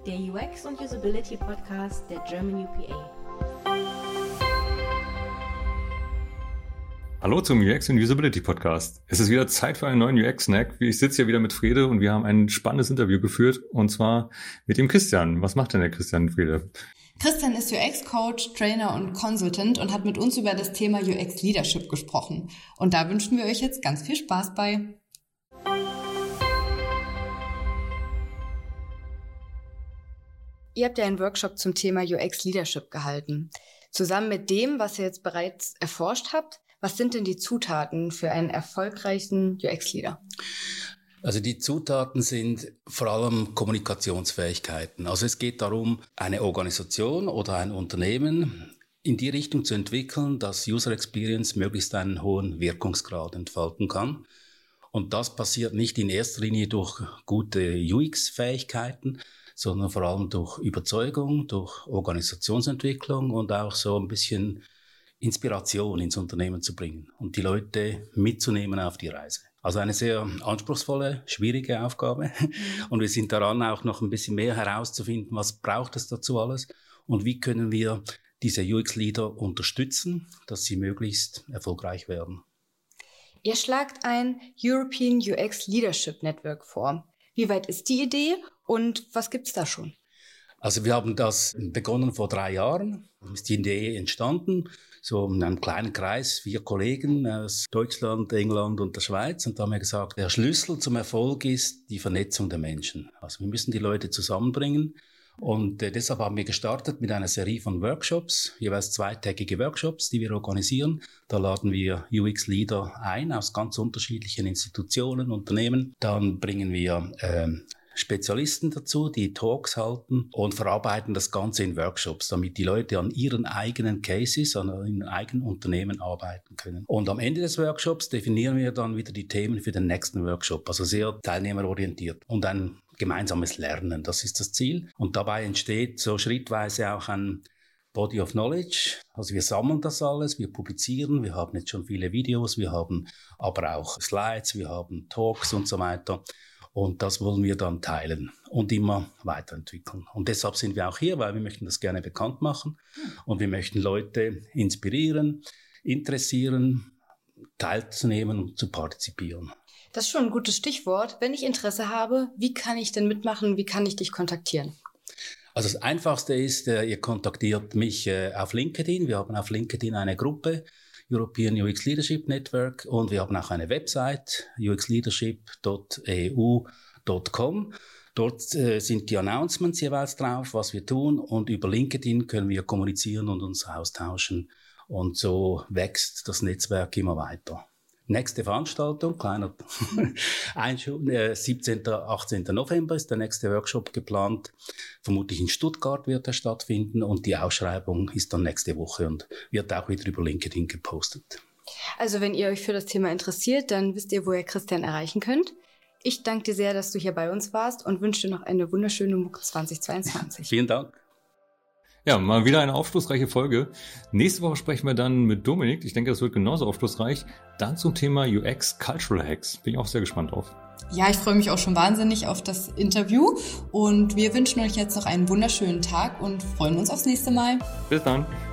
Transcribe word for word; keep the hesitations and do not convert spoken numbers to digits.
der U X und Usability Podcast der German U P A. Hallo zum U X und Usability Podcast. Es ist wieder Zeit für einen neuen U X-Snack. Ich sitze hier wieder mit Frede und wir haben ein spannendes Interview geführt und zwar mit dem Christian. Was macht denn der Christian, Frede? Christian ist U X-Coach, Trainer und Consultant und hat mit uns über das Thema U X-Leadership gesprochen. Und da wünschen wir euch jetzt ganz viel Spaß bei. Ihr habt ja einen Workshop zum Thema U X-Leadership gehalten. Zusammen mit dem, was ihr jetzt bereits erforscht habt, was sind denn die Zutaten für einen erfolgreichen U X-Leader? Also die Zutaten sind vor allem Kommunikationsfähigkeiten. Also es geht darum, eine Organisation oder ein Unternehmen in die Richtung zu entwickeln, dass User Experience möglichst einen hohen Wirkungsgrad entfalten kann. Und das passiert nicht in erster Linie durch gute U X-Fähigkeiten, sondern vor allem durch Überzeugung, durch Organisationsentwicklung und auch so ein bisschen Inspiration ins Unternehmen zu bringen und die Leute mitzunehmen auf die Reise. Also eine sehr anspruchsvolle, schwierige Aufgabe. Und wir sind daran, auch noch ein bisschen mehr herauszufinden, was braucht es dazu alles und wie können wir diese U X-Leader unterstützen, dass sie möglichst erfolgreich werden. Ihr schlagt ein European U X Leadership Network vor. Wie weit ist die Idee und was gibt's da schon? Also wir haben das begonnen vor drei Jahren, ist die Idee entstanden, so in einem kleinen Kreis, vier Kollegen aus Deutschland, England und der Schweiz. Und da haben wir gesagt, der Schlüssel zum Erfolg ist die Vernetzung der Menschen. Also wir müssen die Leute zusammenbringen. Und äh, deshalb haben wir gestartet mit einer Serie von Workshops, jeweils zweitägige Workshops, die wir organisieren. Da laden wir U X-Leader ein aus ganz unterschiedlichen Institutionen, Unternehmen. Dann bringen wir äh, Spezialisten dazu, die Talks halten und verarbeiten das Ganze in Workshops, damit die Leute an ihren eigenen Cases, an ihren eigenen Unternehmen arbeiten können. Und am Ende des Workshops definieren wir dann wieder die Themen für den nächsten Workshop, also sehr teilnehmerorientiert und ein gemeinsames Lernen, das ist das Ziel. Und dabei entsteht so schrittweise auch ein Body of Knowledge, also wir sammeln das alles, wir publizieren, wir haben jetzt schon viele Videos, wir haben aber auch Slides, wir haben Talks und so weiter. Und das wollen wir dann teilen und immer weiterentwickeln. Und deshalb sind wir auch hier, weil wir möchten das gerne bekannt machen. Und wir möchten Leute inspirieren, interessieren, teilzunehmen und zu partizipieren. Das ist schon ein gutes Stichwort. Wenn ich Interesse habe, wie kann ich denn mitmachen? Wie kann ich dich kontaktieren? Also das Einfachste ist, ihr kontaktiert mich auf LinkedIn. Wir haben auf LinkedIn eine Gruppe, European U X Leadership Network, und wir haben auch eine Website, u x leadership punkt e u punkt com. Dort äh, sind die Announcements jeweils drauf, was wir tun, und über LinkedIn können wir kommunizieren und uns austauschen, und so wächst das Netzwerk immer weiter. Nächste Veranstaltung, kleiner Einschub, äh, siebzehnten, achtzehnten November ist der nächste Workshop geplant. Vermutlich in Stuttgart wird er stattfinden und die Ausschreibung ist dann nächste Woche und wird auch wieder über LinkedIn gepostet. Also wenn ihr euch für das Thema interessiert, dann wisst ihr, wo ihr Christian erreichen könnt. Ich danke dir sehr, dass du hier bei uns warst und wünsche dir noch eine wunderschöne M O C zweitausendzweiundzwanzig. Vielen Dank. Ja, mal wieder eine aufschlussreiche Folge. Nächste Woche sprechen wir dann mit Dominik. Ich denke, das wird genauso aufschlussreich. Dann zum Thema U X Cultural Hacks. Bin ich auch sehr gespannt drauf. Ja, ich freue mich auch schon wahnsinnig auf das Interview. Und wir wünschen euch jetzt noch einen wunderschönen Tag und freuen uns aufs nächste Mal. Bis dann.